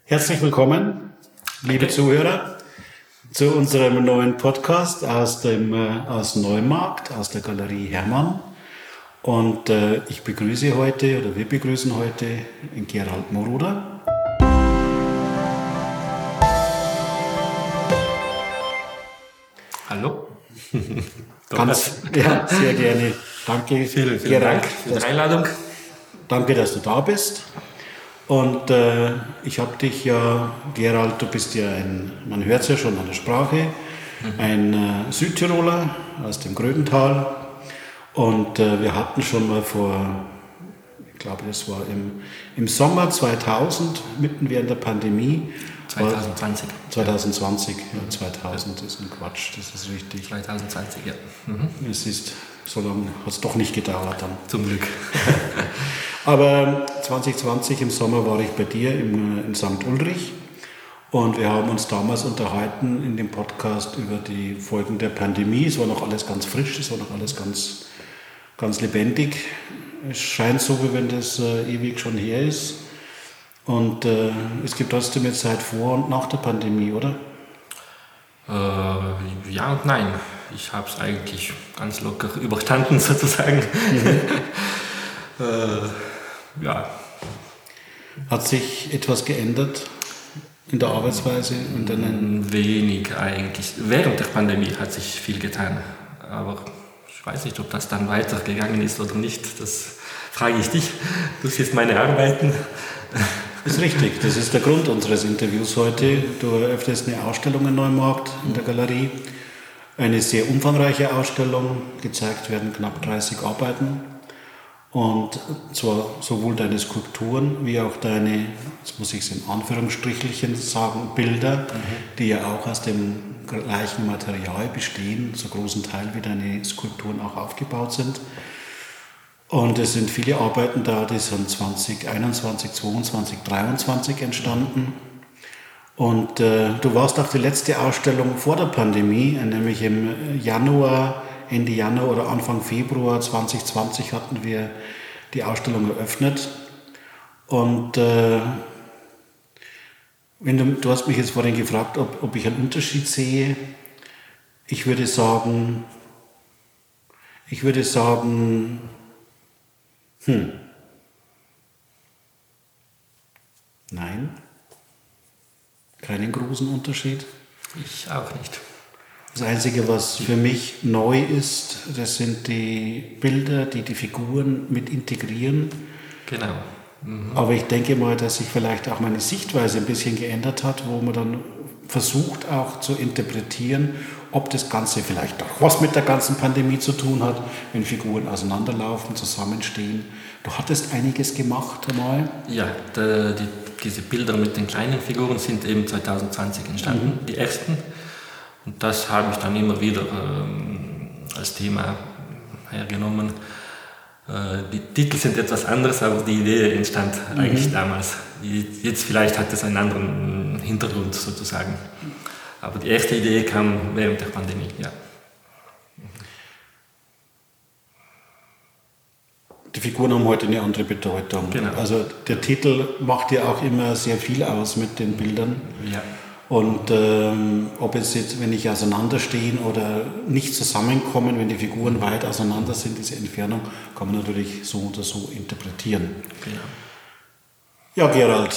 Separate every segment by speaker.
Speaker 1: Herzlich willkommen, liebe Zuhörer, zu unserem neuen Podcast aus Neumarkt, aus der Galerie Hermann. Und wir begrüßen heute Gerald Moroder.
Speaker 2: Hallo.
Speaker 1: Ja, sehr gerne. Danke,
Speaker 2: vielen
Speaker 1: Gerald,
Speaker 2: Dank für die Einladung.
Speaker 1: Danke, dass du da bist. Und ich habe dich ja, Gerald, du bist ja man hört es ja schon an der Sprache, ein Südtiroler aus dem Grödental. Und wir hatten schon mal ich glaube, das war im Sommer 2000, mitten während der Pandemie.
Speaker 2: 2020.
Speaker 1: 2020, ja, 2000 ist ein Quatsch, das ist richtig.
Speaker 2: 2020, ja.
Speaker 1: So lange hat es doch nicht gedauert dann.
Speaker 2: Zum Glück.
Speaker 1: Aber 2020 im Sommer war ich bei dir in St. Ulrich und wir haben uns damals unterhalten in dem Podcast über die Folgen der Pandemie. Es war noch alles ganz frisch, es war noch alles ganz, ganz lebendig. Es scheint so, wie wenn das ewig schon her ist. Und es gibt trotzdem jetzt Zeit vor und nach der Pandemie, oder?
Speaker 2: Ja und nein. Ich habe es eigentlich ganz locker überstanden, sozusagen. Ja.
Speaker 1: Hat sich etwas geändert in der Arbeitsweise?
Speaker 2: Wenig eigentlich. Während der Pandemie hat sich viel getan. Aber ich weiß nicht, ob das dann weitergegangen ist oder nicht. Das frage ich dich. Du siehst meine Arbeiten.
Speaker 1: Das ist richtig. Das ist der Grund unseres Interviews heute. Du eröffnest eine Ausstellung in Neumarkt in der Galerie. Eine sehr umfangreiche Ausstellung. Gezeigt werden knapp 30 Arbeiten. Und zwar sowohl deine Skulpturen wie auch deine, jetzt muss ich es in Anführungsstrichelchen sagen, Bilder, die ja auch aus dem gleichen Material bestehen, zu großen Teil wie deine Skulpturen auch aufgebaut sind. Und es sind viele Arbeiten da, die sind 2021, 22, 23 entstanden. Und du warst auch die letzte Ausstellung vor der Pandemie, nämlich im Ende Januar oder Anfang Februar 2020 hatten wir die Ausstellung eröffnet. Und du hast mich jetzt vorhin gefragt, ob ich einen Unterschied sehe. Ich würde sagen, nein, keinen großen Unterschied.
Speaker 2: Ich auch nicht.
Speaker 1: Das Einzige, was für mich neu ist, das sind die Bilder, die die Figuren mit integrieren.
Speaker 2: Genau.
Speaker 1: Aber ich denke mal, dass sich vielleicht auch meine Sichtweise ein bisschen geändert hat, wo man dann versucht auch zu interpretieren, ob das Ganze vielleicht auch was mit der ganzen Pandemie zu tun hat, wenn Figuren auseinanderlaufen, zusammenstehen. Du hattest einiges gemacht einmal.
Speaker 2: Ja, diese Bilder mit den kleinen Figuren sind eben 2020 entstanden, die ersten. Und das habe ich dann immer wieder als Thema hergenommen. Die Titel sind etwas anderes, aber die Idee entstand eigentlich damals. Jetzt vielleicht hat es einen anderen Hintergrund sozusagen. Aber die erste Idee kam während der Pandemie, ja.
Speaker 1: Die Figuren haben heute eine andere Bedeutung.
Speaker 2: Genau.
Speaker 1: Also der Titel macht ja auch immer sehr viel aus mit den Bildern.
Speaker 2: Ja.
Speaker 1: Und ob es jetzt, wenn ich auseinanderstehen oder nicht zusammenkommen, wenn die Figuren weit auseinander sind, diese Entfernung, kann man natürlich so oder so interpretieren.
Speaker 2: Genau.
Speaker 1: Ja, Gerald,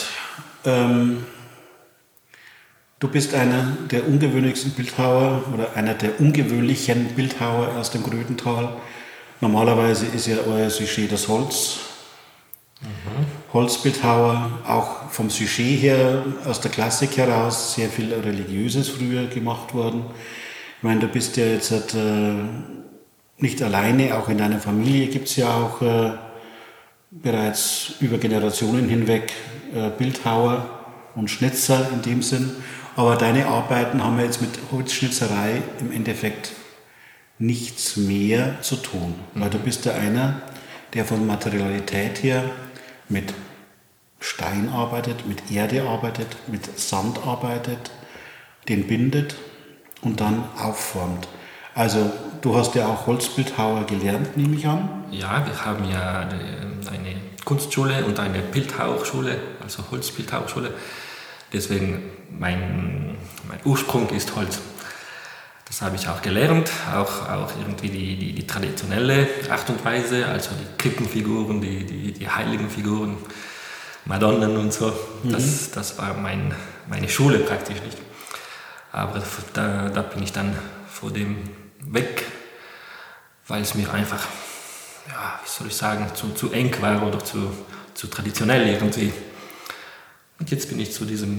Speaker 1: du bist einer der ungewöhnlichsten Bildhauer oder einer der ungewöhnlichen Bildhauer aus dem Grödental. Normalerweise ist ja euer Sujet das Holz. Holzbildhauer, auch vom Sujet her, aus der Klassik heraus, sehr viel Religiöses früher gemacht worden. Ich meine, du bist ja jetzt nicht alleine, auch in deiner Familie gibt es ja auch bereits über Generationen hinweg Bildhauer und Schnitzer in dem Sinn. Aber deine Arbeiten haben ja jetzt mit Holzschnitzerei im Endeffekt nichts mehr zu tun. Weil du bist ja einer, der von Materialität her mit Stein arbeitet, mit Erde arbeitet, mit Sand arbeitet, den bindet und dann aufformt. Also du hast ja auch Holzbildhauer gelernt, nehme ich an?
Speaker 2: Ja, wir haben ja eine Kunstschule und eine Bildhauerschule, also Holzbildhauerschule. Deswegen mein Ursprung ist Holz. Das habe ich auch gelernt, auch irgendwie die traditionelle Art und Weise, also die Krippenfiguren, die heiligen Figuren, Madonnen und so. Das war meine Schule praktisch nicht. Aber da bin ich dann vor dem weg, weil es mir einfach, ja, wie soll ich sagen, zu eng war oder zu traditionell irgendwie. Und jetzt bin ich zu diesem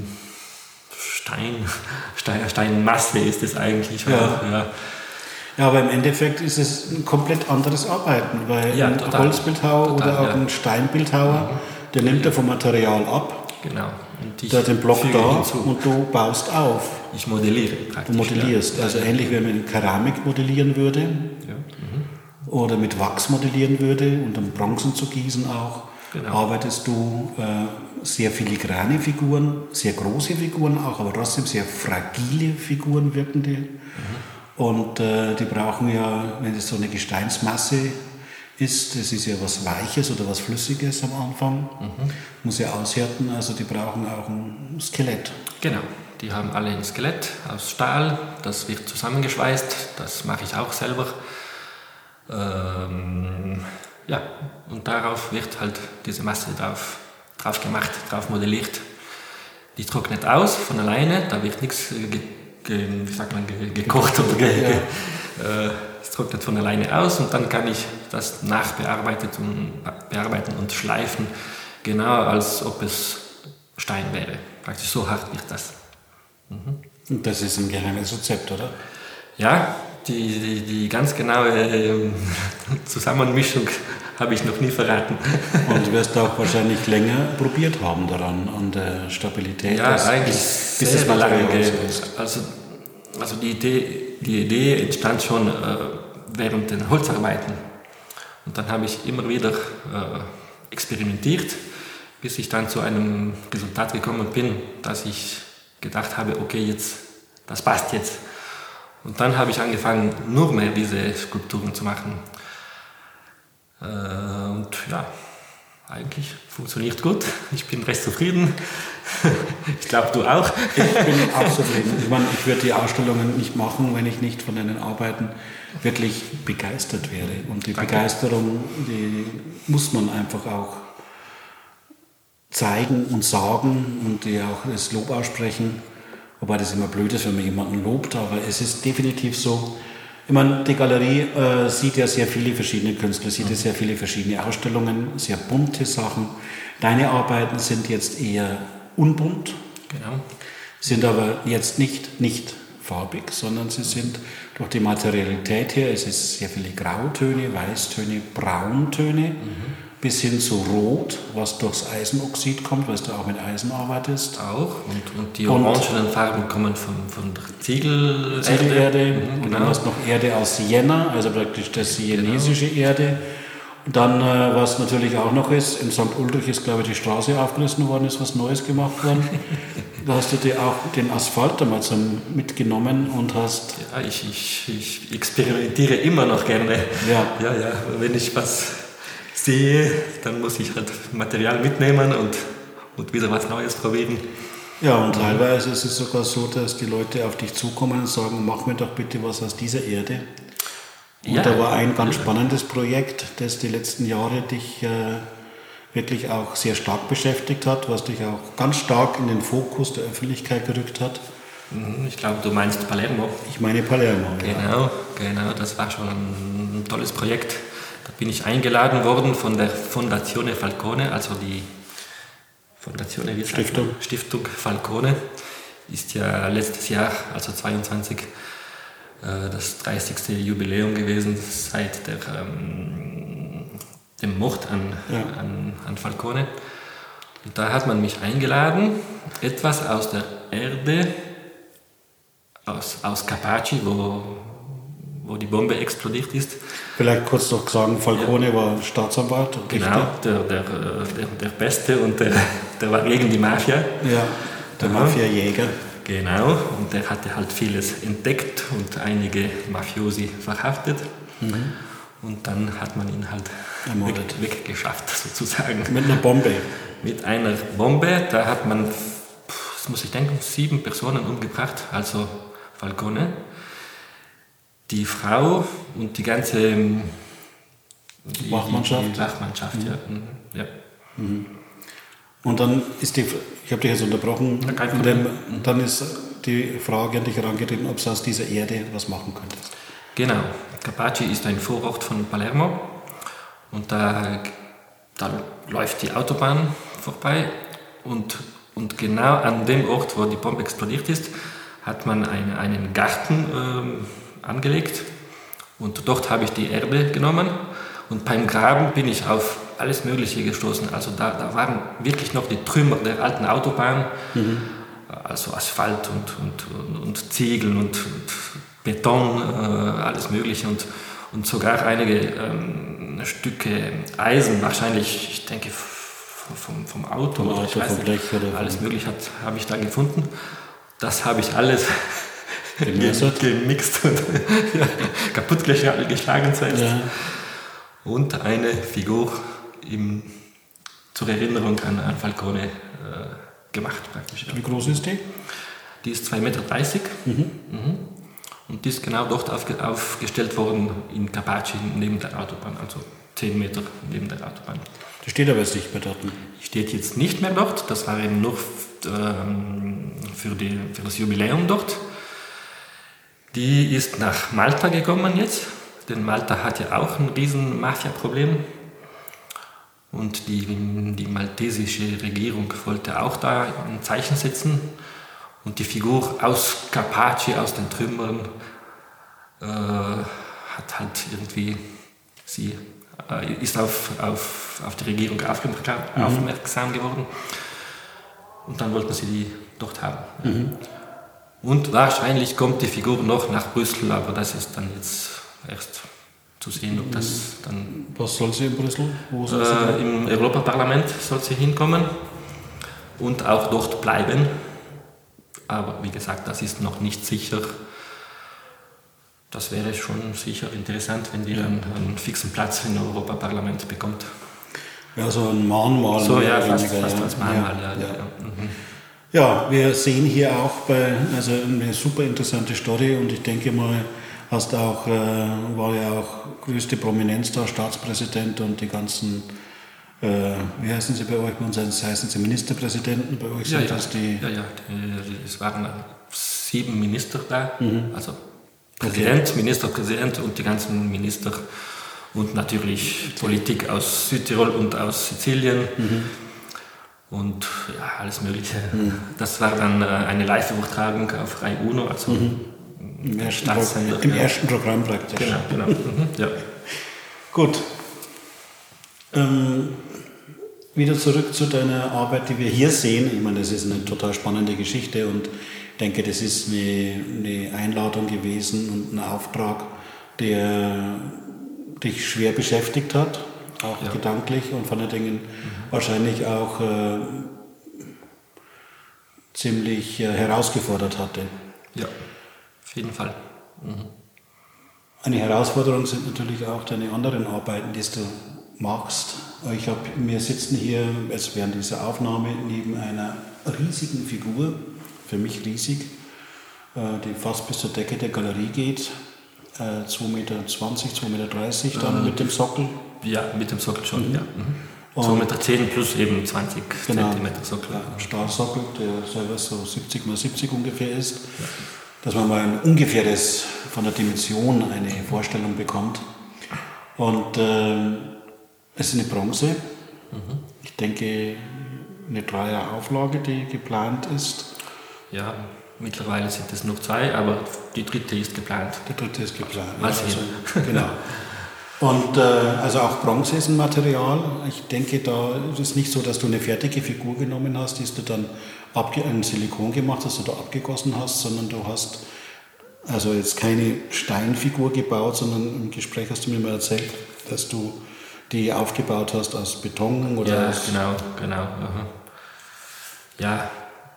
Speaker 2: Steinmasse ist es eigentlich.
Speaker 1: Ja, aber im Endeffekt ist es ein komplett anderes Arbeiten, weil ein Holzbildhauer oder auch ein Steinbildhauer, der nimmt ja vom Material ab.
Speaker 2: Genau.
Speaker 1: Und der hat den Block da und du baust auf.
Speaker 2: Ich modelliere praktisch.
Speaker 1: Du modellierst, also ähnlich wie man in Keramik modellieren würde. Ja. Oder mit Wachs modellieren würde und um Bronzen zu gießen auch. Genau. Arbeitest du sehr filigrane Figuren, sehr große Figuren auch, aber trotzdem sehr fragile Figuren wirken die. Und die brauchen ja, wenn es so eine Gesteinsmasse ist, das ist ja was Weiches oder was Flüssiges am Anfang, muss ja aushärten, also die brauchen auch ein Skelett.
Speaker 2: Genau, die haben alle ein Skelett aus Stahl, das wird zusammengeschweißt, das mache ich auch selber. Ja, und darauf wird halt diese Masse drauf gemacht, drauf modelliert. Die trocknet aus von alleine, da wird nichts gekocht oder es trocknet von alleine aus und dann kann ich das nachbearbeiten und schleifen, genau als ob es Stein wäre. Praktisch so hart wird das.
Speaker 1: Und das ist ein geheimes Rezept, oder?
Speaker 2: Ja, die ganz genaue Zusammenmischung habe ich noch nie verraten.
Speaker 1: Und du wirst auch wahrscheinlich länger probiert haben daran, an der Stabilität.
Speaker 2: Ja, eigentlich bis das lange. Also die Idee entstand schon während den Holzarbeiten. Und dann habe ich immer wieder experimentiert, bis ich dann zu einem Resultat gekommen bin, dass ich gedacht habe, okay, das passt jetzt. Und dann habe ich angefangen, nur mehr diese Skulpturen zu machen. Und ja, eigentlich funktioniert gut. Ich bin recht zufrieden. Ich glaube, du auch.
Speaker 1: Ich bin auch zufrieden. Ich meine, ich würde die Ausstellungen nicht machen, wenn ich nicht von deinen Arbeiten wirklich begeistert wäre. Und die Begeisterung, die muss man einfach auch zeigen und sagen und die auch das Lob aussprechen. Wobei das immer blöd ist, wenn man jemanden lobt, aber es ist definitiv so. Ich meine, die Galerie sieht ja sehr viele verschiedene Künstler, sieht ja sehr viele verschiedene Ausstellungen, sehr bunte Sachen. Deine Arbeiten sind jetzt eher unbunt,
Speaker 2: genau.
Speaker 1: Sind aber jetzt nicht farbig, sondern sie sind durch die Materialität her, es ist sehr viele Grautöne, Weißtöne, Brauntöne, bis hin zu Rot, was durchs Eisenoxid kommt, weil du auch mit Eisen arbeitest.
Speaker 2: Auch. Und die orangenen Farben kommen von der
Speaker 1: Ziegelerde. Und dann hast du noch Erde aus Siena, also praktisch das sienesische Erde. Und dann, was natürlich auch noch ist, in St. Ulrich ist, glaube ich, die Straße aufgerissen worden, ist was Neues gemacht worden. Da hast du dir auch den Asphalt damals mitgenommen und hast...
Speaker 2: Ja, ich experimentiere immer noch gerne. Ja, wenn ich was sehe, dann muss ich halt Material mitnehmen und wieder was Neues probieren.
Speaker 1: Ja, und teilweise ist es sogar so, dass die Leute auf dich zukommen und sagen, mach mir doch bitte was aus dieser Erde. Und da war ein ganz spannendes Projekt, das die letzten Jahre dich wirklich auch sehr stark beschäftigt hat, was dich auch ganz stark in den Fokus der Öffentlichkeit gerückt hat.
Speaker 2: Ich glaube, du meinst Palermo.
Speaker 1: Ich meine Palermo,
Speaker 2: Genau, das war schon ein tolles Projekt. Da bin ich eingeladen worden von der Fondazione Falcone, also die Stiftung Falcone. Ist ja letztes Jahr, also 22, das 30. Jubiläum gewesen seit dem Mord an Falcone. Und da hat man mich eingeladen, etwas aus der Erde, aus Capaci, wo die Bombe explodiert ist.
Speaker 1: Vielleicht kurz noch sagen, Falcone war Staatsanwalt.
Speaker 2: Genau, der Beste und der war gegen die Mafia.
Speaker 1: Ja, der Mafiajäger.
Speaker 2: Genau, und der hatte halt vieles entdeckt und einige Mafiosi verhaftet. Und dann hat man ihn halt weggeschafft, sozusagen.
Speaker 1: Mit einer Bombe?
Speaker 2: Mit einer Bombe, da hat man jetzt muss ich denken, 7 Personen umgebracht, also Falcone. Die Frau und die ganze
Speaker 1: Wachmannschaft.
Speaker 2: Die Wachmannschaft, ja. Mhm. Ja.
Speaker 1: Mhm. Und dann ist ich habe dich jetzt unterbrochen, dann ist die Frage an dich herangetreten, ob du aus dieser Erde was machen könntest.
Speaker 2: Genau, Capaci ist ein Vorort von Palermo und da läuft die Autobahn vorbei und genau an dem Ort, wo die Bombe explodiert ist, hat man einen Garten angelegt und dort habe ich die Erde genommen und beim Graben bin ich auf alles Mögliche gestoßen. Also da waren wirklich noch die Trümmer der alten Autobahn, also Asphalt und Ziegel und Beton, alles Mögliche und sogar einige Stücke Eisen, wahrscheinlich, ich denke, vom Auto oder ich weiß nicht, alles Mögliche habe ich da gefunden. Das habe ich alles gemixt und kaputt geschlagen zuerst. Ja. Und eine Figur zur Erinnerung an Falcone gemacht praktisch.
Speaker 1: Wie groß ist die?
Speaker 2: Die ist 2,30 Meter. Und die ist genau dort aufgestellt worden in Capaci neben der Autobahn, also 10 Meter neben der Autobahn.
Speaker 1: Die steht aber jetzt nicht mehr dort.
Speaker 2: Die steht jetzt nicht mehr dort, das war eben nur für das Jubiläum dort. Die ist nach Malta gekommen jetzt, denn Malta hat ja auch ein riesen Mafia-Problem. Und die maltesische Regierung wollte auch da ein Zeichen setzen. Und die Figur aus Capaci, aus den Trümmern, hat halt irgendwie ist auf die Regierung aufmerksam geworden. Und dann wollten sie die dort haben. Mhm. Und wahrscheinlich kommt die Figur noch nach Brüssel, aber das ist dann jetzt erst zu sehen, ob das dann...
Speaker 1: Was soll sie in Brüssel?
Speaker 2: Im Europaparlament soll sie hinkommen und auch dort bleiben. Aber wie gesagt, das ist noch nicht sicher. Das wäre schon sicher interessant, wenn die dann einen fixen Platz im Europaparlament bekommt.
Speaker 1: Ja, so ein Mahnmal.
Speaker 2: So, ja, fast als Mahnmal.
Speaker 1: Ja, wir sehen hier auch also eine super interessante Story und ich denke mal, war ja auch größte Prominenz da, Staatspräsident und die ganzen, wie heißen sie bei euch? Bei uns heißen sie Ministerpräsidenten, bei euch sind das die...
Speaker 2: Ja, es waren 7 Minister da, also Präsident, Ministerpräsident und die ganzen Minister und natürlich Politik aus Südtirol und aus Sizilien und ja, alles Mögliche. Das war dann eine Live-Übertragung auf Rai Uno, also
Speaker 1: im ersten Programm praktisch.
Speaker 2: Genau. Ja.
Speaker 1: Gut. Wieder zurück zu deiner Arbeit, die wir hier sehen. Ich meine, das ist eine total spannende Geschichte und ich denke, das ist eine Einladung gewesen und ein Auftrag, der dich schwer beschäftigt hat, auch gedanklich und von den Dingen wahrscheinlich auch ziemlich herausgefordert hatte.
Speaker 2: Ja, auf jeden Fall.
Speaker 1: Eine Herausforderung sind natürlich auch deine anderen Arbeiten, die du machst. Wir sitzen hier jetzt während dieser Aufnahme neben einer riesigen Figur, für mich riesig, die fast bis zur Decke der Galerie geht, 2,20 Meter, 2,30 Meter, dann mit dem Sockel.
Speaker 2: Ja, mit dem Sockel schon, ja. 2,10 Meter plus eben 20 Zentimeter Sockel.
Speaker 1: Ja, Stahlsockel, der selber so 70 mal 70 ungefähr ist, dass man mal ein ungefähres von der Dimension eine Vorstellung bekommt. Und es ist eine Bronze. Ich denke, eine 3er Auflage, die geplant ist.
Speaker 2: Ja, mittlerweile sind es noch 2, aber die dritte ist geplant.
Speaker 1: Die dritte ist geplant.
Speaker 2: Mal sehen.
Speaker 1: Also, genau. Und also auch Bronze ist ein Material. Ich denke, da ist es nicht so, dass du eine fertige Figur genommen hast, die du dann in Silikon gemacht hast oder abgegossen hast, sondern du hast also jetzt keine Steinfigur gebaut, sondern im Gespräch hast du mir mal erzählt, dass du die aufgebaut hast aus Beton oder aus...
Speaker 2: Genau. Ja,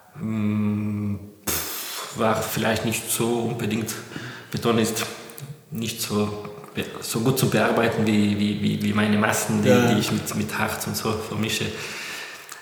Speaker 2: war vielleicht nicht so unbedingt, Beton ist nicht so gut zu bearbeiten wie meine Massen, die ich mit Harz und so vermische.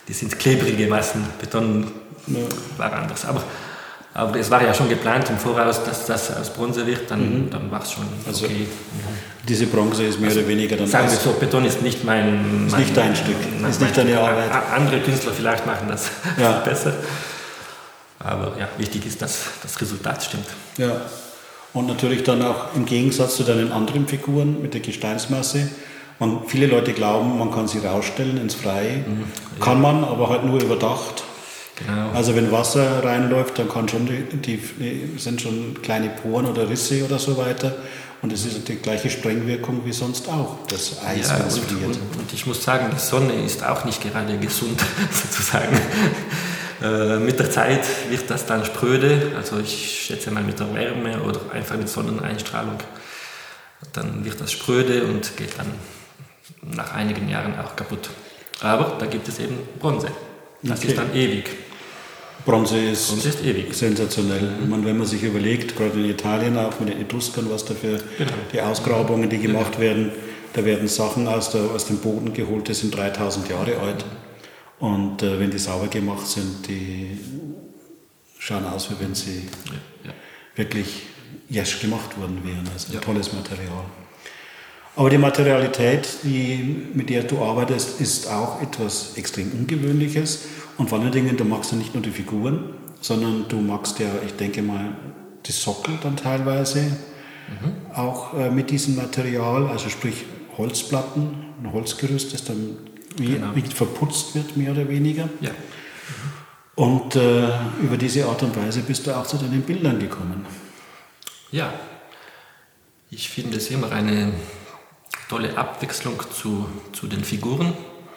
Speaker 2: die sind klebrige Massen. Beton war anders. Aber es war ja schon geplant im Voraus, dass das aus Bronze wird, dann war es schon
Speaker 1: also
Speaker 2: okay.
Speaker 1: Diese Bronze ist mehr oder weniger dann...
Speaker 2: Sagen wir so, Beton ist nicht
Speaker 1: ist nicht dein Stück, ist nicht deine Arbeit.
Speaker 2: Andere Künstler vielleicht machen das besser. Aber ja, wichtig ist, dass das Resultat stimmt.
Speaker 1: Ja, und natürlich dann auch im Gegensatz zu deinen anderen Figuren mit der Gesteinsmasse. Viele Leute glauben, man kann sie rausstellen ins Freie. Kann man, aber halt nur überdacht.
Speaker 2: Genau.
Speaker 1: Also wenn Wasser reinläuft, dann kann schon sind schon kleine Poren oder Risse oder so weiter. Und es ist die gleiche Sprengwirkung wie sonst auch, das Eis, wenn es friert.
Speaker 2: Und ich muss sagen, die Sonne ist auch nicht gerade gesund, sozusagen. Mit der Zeit wird das dann spröde, also ich schätze mal mit der Wärme oder einfach mit Sonneneinstrahlung. Dann wird das spröde und geht dann nach einigen Jahren auch kaputt. Aber da gibt es eben Bronze. Das ist dann ewig.
Speaker 1: Bronze ist
Speaker 2: ewig.
Speaker 1: Sensationell. Wenn man sich überlegt, gerade in Italien auch mit den Etruskern, was da für die Ausgrabungen, die gemacht werden, da werden Sachen aus dem Boden geholt, die sind 3000 Jahre alt. Und wenn die sauber gemacht sind, die schauen aus, wie wenn sie wirklich gemacht worden wären. Also ein tolles Material. Aber die Materialität, mit der du arbeitest, ist auch etwas extrem Ungewöhnliches. Und vor allen Dingen, du magst ja nicht nur die Figuren, sondern du magst ja, ich denke mal, die Sockel dann teilweise auch mit diesem Material, also sprich Holzplatten, ein Holzgerüst, das dann wie verputzt wird, mehr oder weniger.
Speaker 2: Ja.
Speaker 1: Und über diese Art und Weise bist du auch zu deinen Bildern gekommen. Ja.
Speaker 2: Ich finde es immer eine tolle Abwechslung zu den Figuren.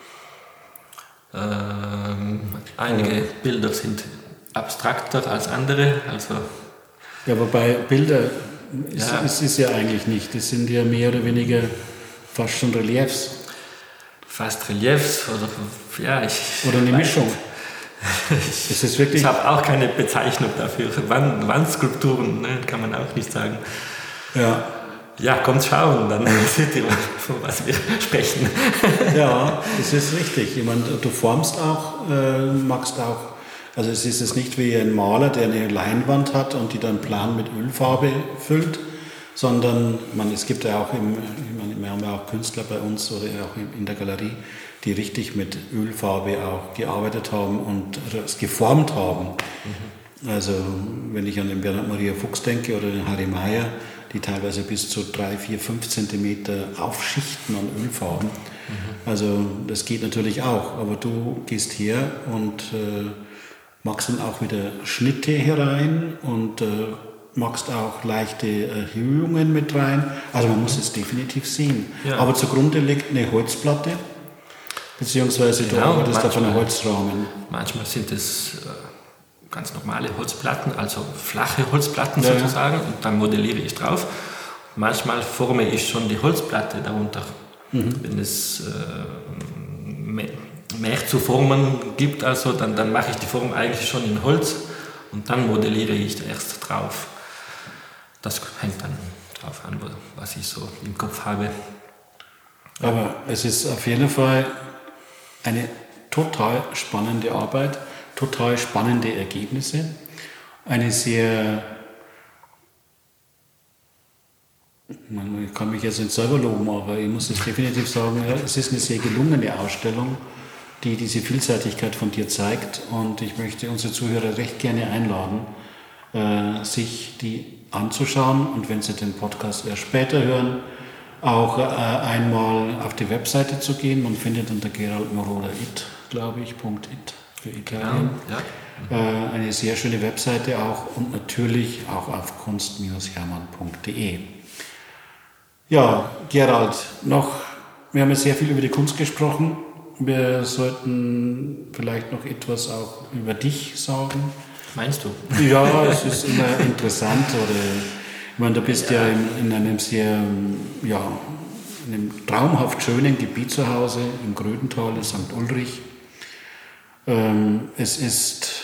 Speaker 2: Einige Bilder sind abstrakter als andere. Also
Speaker 1: ja, wobei Bilder ist ja eigentlich nicht. Das sind ja mehr oder weniger fast schon Reliefs.
Speaker 2: Fast Reliefs
Speaker 1: oder eine Mischung.
Speaker 2: Ich habe auch keine Bezeichnung dafür. Wandskulpturen, kann man auch nicht sagen.
Speaker 1: Ja.
Speaker 2: Ja, kommt schauen, dann seht ihr, von was wir sprechen.
Speaker 1: Ja, das ist richtig. Ich meine, du formst auch, magst auch, also es ist nicht wie ein Maler, der eine Leinwand hat und die dann plan mit Ölfarbe füllt, sondern es gibt ja auch, wir haben ja auch Künstler bei uns oder auch in der Galerie, die richtig mit Ölfarbe auch gearbeitet haben und es geformt haben. Also wenn ich an den Bernhard Maria Fuchs denke oder den Harry Meyer, die teilweise bis zu 3, 4, 5 Zentimeter aufschichten an Ölfarben. Also das geht natürlich auch, aber du gehst her und machst dann auch wieder Schnitte herein und machst auch leichte Erhöhungen mit rein. Also man muss es definitiv sehen. Ja. Aber zugrunde liegt eine Holzplatte, beziehungsweise du arbeitest auf einem Holzrahmen.
Speaker 2: Manchmal sind es ganz normale Holzplatten, also flache Holzplatten sozusagen, und dann modelliere ich drauf. Manchmal forme ich schon die Holzplatte darunter. Wenn es mehr zu formen gibt, also dann mache ich die Form eigentlich schon in Holz und dann modelliere ich erst drauf. Das hängt dann drauf an, was ich so im Kopf habe.
Speaker 1: Aber es ist auf jeden Fall eine total spannende Arbeit, total spannende Ergebnisse, eine sehr, ich kann mich jetzt nicht selber loben, aber ich muss es definitiv sagen, es ist eine sehr gelungene Ausstellung, die diese Vielseitigkeit von dir zeigt, und ich möchte unsere Zuhörer recht gerne einladen, sich die anzuschauen, und wenn sie den Podcast erst später hören, auch einmal auf die Webseite zu gehen. Man findet unter Gerald Moroder .it, glaube ich, .it für Italien. Ja. Eine sehr schöne Webseite auch, und natürlich auch auf kunst-hermann.de. Ja, Gerald, wir haben ja sehr viel über die Kunst gesprochen. Wir sollten vielleicht noch etwas auch über dich sagen.
Speaker 2: Meinst du?
Speaker 1: Ja, es ist immer interessant. Ich meine, du bist ja in einem sehr, in einem traumhaft schönen Gebiet zu Hause, im Grödental, in St. Ulrich. Es ist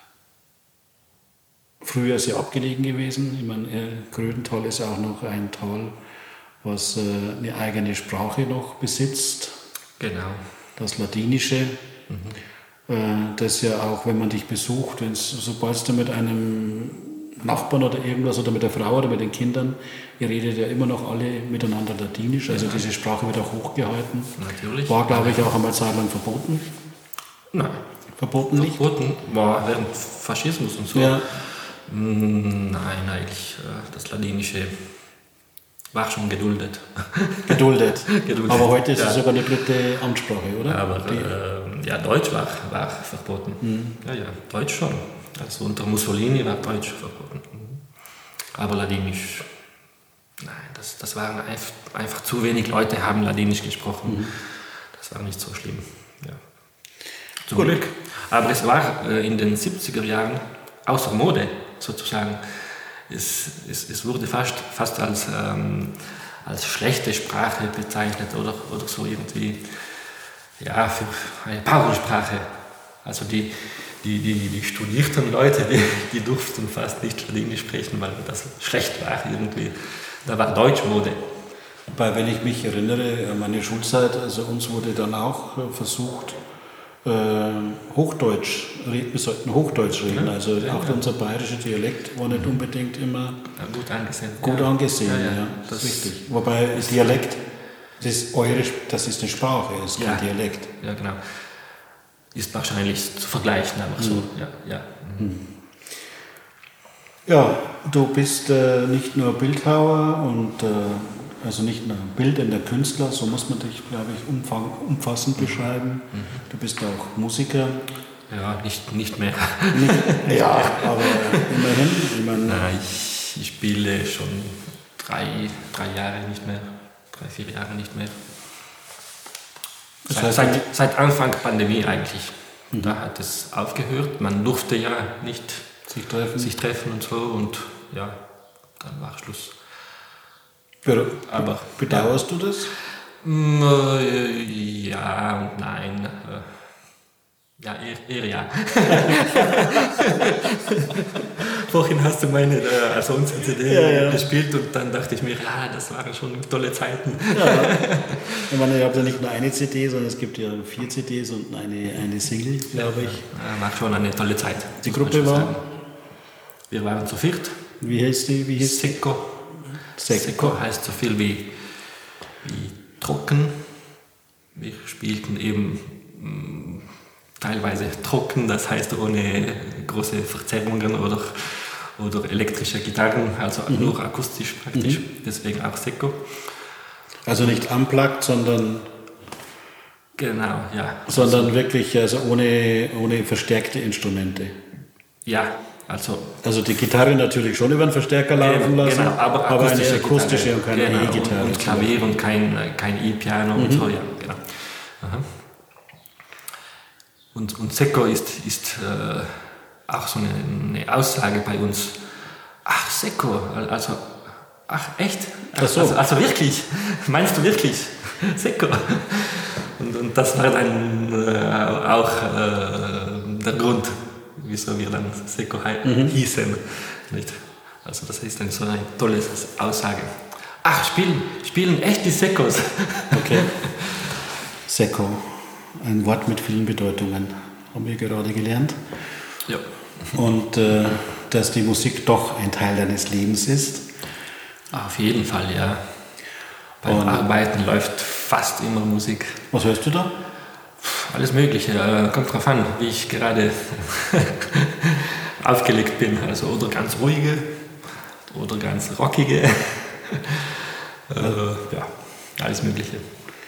Speaker 1: früher sehr abgelegen gewesen. Ich meine, Grödental ist auch noch ein Tal, was eine eigene Sprache noch besitzt.
Speaker 2: Genau.
Speaker 1: Das Ladinische. das ja auch, wenn man dich besucht, sobald du mit einem Nachbarn oder irgendwas oder mit der Frau oder mit den Kindern, ihr redet ja immer noch alle miteinander Ladinisch, also diese Sprache wird auch hochgehalten.
Speaker 2: Natürlich.
Speaker 1: War, glaube ich, auch einmal zeitlang verboten.
Speaker 2: Nein.
Speaker 1: Verboten nicht?
Speaker 2: Verboten war während Faschismus und so.
Speaker 1: Ja.
Speaker 2: Nein, eigentlich das Ladinische war schon geduldet.
Speaker 1: Geduldet. Aber heute ist
Speaker 2: ja.
Speaker 1: es sogar eine dritte Amtssprache, oder?
Speaker 2: Aber Deutsch war verboten. Ja, Deutsch schon. Also unter Mussolini war Deutsch verboten. Aber Ladinisch, nein, das waren einfach zu wenig Leute haben Ladinisch gesprochen. Das war nicht so schlimm. Ja. Zum Glück. Aber es war in den 70er Jahren außer Mode, sozusagen. Es wurde fast als schlechte Sprache bezeichnet oder so irgendwie, ja, für eine Bauernsprache. Also die studierten Leute, die durften fast nicht Ladinisch sprechen, weil das schlecht war irgendwie. Da war Deutschmode.
Speaker 1: Wobei, wenn ich mich erinnere an meine Schulzeit, also uns wurde dann auch versucht, Hochdeutsch, wir sollten Hochdeutsch reden, also auch unser bayerischer Dialekt war nicht unbedingt immer
Speaker 2: gut angesehen.
Speaker 1: Ja, das ist richtig. Wobei Dialekt, das ist eine Sprache, ist kein Dialekt.
Speaker 2: Ja, genau. Ist wahrscheinlich zu vergleichen, aber so, ja.
Speaker 1: Ja, du bist nicht nur Bildhauer und also nicht nur bildender Künstler, so muss man dich, glaube ich, umfassend beschreiben. Du bist auch Musiker.
Speaker 2: Ja, nicht mehr.
Speaker 1: Ja, aber immerhin.
Speaker 2: Ich spiele schon 3 Jahre nicht mehr, 3-4 Jahre nicht mehr. Seit Anfang Pandemie eigentlich. Da hat es aufgehört. Man durfte ja nicht sich treffen und so. Und ja, dann war Schluss.
Speaker 1: Aber bedauerst du das?
Speaker 2: Ja und nein. Ja, eher ja. Vorhin hast du meine unsere CD gespielt und dann dachte ich mir, das waren schon tolle Zeiten.
Speaker 1: Ja. Ich meine, ihr habt ja nicht nur eine CD, sondern es gibt ja 4 CDs und eine Single, glaube ich.
Speaker 2: Ja, war schon eine tolle Zeit.
Speaker 1: Die Gruppe war?
Speaker 2: Wir waren zu viert.
Speaker 1: Wie heißt die?
Speaker 2: Secco. Secco heißt so viel wie trocken. Wir spielten eben teilweise trocken, das heißt ohne große Verzerrungen oder elektrische Gitarren, also nur akustisch praktisch, deswegen auch Secco.
Speaker 1: Also nicht unplugged, sondern...
Speaker 2: Genau, ja.
Speaker 1: Sondern wirklich also ohne verstärkte Instrumente.
Speaker 2: Ja,
Speaker 1: also die Gitarre natürlich schon über einen Verstärker laufen lassen,
Speaker 2: genau, aber
Speaker 1: eine akustische und keine E-Gitarre.
Speaker 2: Und Klavier und kein E-Piano und so, ja, genau. Aha. Und Secco ist auch so eine Aussage bei uns. Ach, Secco, ach echt?
Speaker 1: Ach so.
Speaker 2: Also wirklich? Meinst du wirklich? Secco? Und das war dann auch der Grund, wieso wir dann Secco hießen. Nicht? Also das ist dann so eine tolle Aussage. Ach, spielen echt die Seccos.
Speaker 1: Okay. Secco, ein Wort mit vielen Bedeutungen, haben wir gerade gelernt.
Speaker 2: Ja.
Speaker 1: Und dass die Musik doch ein Teil deines Lebens ist.
Speaker 2: Auf jeden Fall, ja. Beim Arbeiten läuft fast immer Musik.
Speaker 1: Was hörst du da?
Speaker 2: Alles Mögliche, kommt drauf an, wie ich gerade aufgelegt bin. Also oder ganz ruhige oder ganz rockige. Ja, alles Mögliche.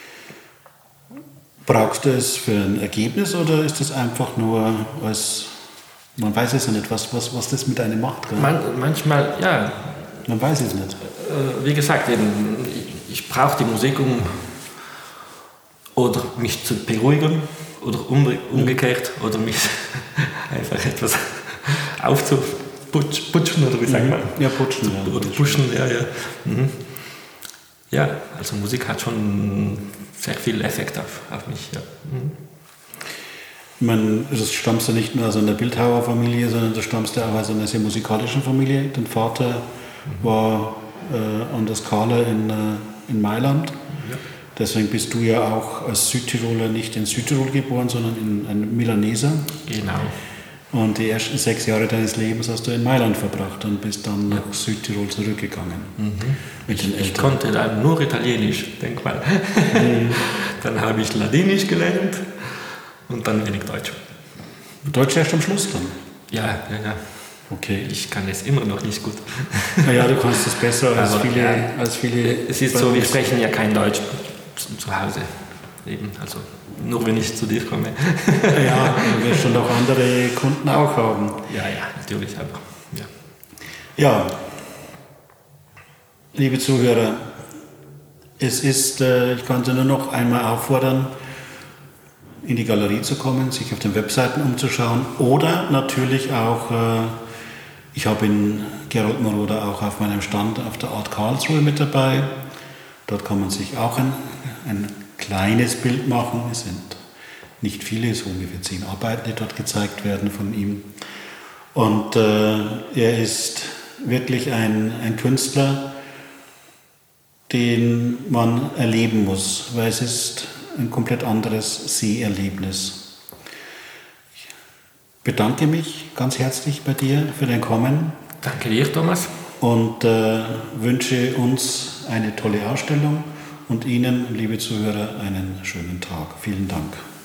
Speaker 1: Brauchst du es für ein Ergebnis oder ist es einfach nur als, man weiß es ja nicht, was das mit einem macht?
Speaker 2: Manchmal, ja.
Speaker 1: Man weiß es nicht.
Speaker 2: Wie gesagt, eben, ich brauche die Musik, um oder mich zu beruhigen oder umgekehrt oder mich einfach etwas aufzuputschen oder wie sagt man?
Speaker 1: Ja, putschen.
Speaker 2: Oder pushen, ja. Ja, also Musik hat schon sehr viel Effekt auf mich, ja.
Speaker 1: Ich meine, du stammst ja nicht nur aus einer Bildhauerfamilie, sondern du stammst ja auch aus einer sehr musikalischen Familie. Dein Vater war an der Scala in Mailand. Deswegen bist du ja auch als Südtiroler nicht in Südtirol geboren, sondern in Milaneser.
Speaker 2: Genau.
Speaker 1: Und die ersten 6 Jahre deines Lebens hast du in Mailand verbracht und bist dann nach Südtirol zurückgegangen. Mit den
Speaker 2: Ich
Speaker 1: Eltern.
Speaker 2: konnte dann nur Italienisch, denk mal. Dann habe ich Ladinisch gelernt und dann wenig Deutsch.
Speaker 1: Deutsch erst am Schluss dann?
Speaker 2: Ja.
Speaker 1: Okay.
Speaker 2: Ich kann es immer noch nicht gut.
Speaker 1: Naja, du kannst es besser als
Speaker 2: Aber,
Speaker 1: viele,
Speaker 2: ja,
Speaker 1: als viele.
Speaker 2: Es ist so, wir sprechen ja kein Deutsch zu Hause. Eben, also nur wenn ich zu dir komme.
Speaker 1: Ja, du wirst schon noch andere Kunden auch haben.
Speaker 2: Ja, natürlich, aber ja.
Speaker 1: Ja, liebe Zuhörer, es ist, ich kann Sie nur noch einmal auffordern, in die Galerie zu kommen, sich auf den Webseiten umzuschauen oder natürlich auch, ich habe in Gerold Moroder auch auf meinem Stand auf der Art Karlsruhe mit dabei. Dort kann man sich auch ein kleines Bild machen. Es sind nicht viele, so ungefähr 10 Arbeiten, die dort gezeigt werden von ihm. Und er ist wirklich ein Künstler, den man erleben muss, weil es ist ein komplett anderes Seherlebnis. Ich bedanke mich ganz herzlich bei dir für dein Kommen.
Speaker 2: Danke dir, Thomas.
Speaker 1: Und wünsche uns eine tolle Ausstellung und Ihnen, liebe Zuhörer, einen schönen Tag. Vielen Dank.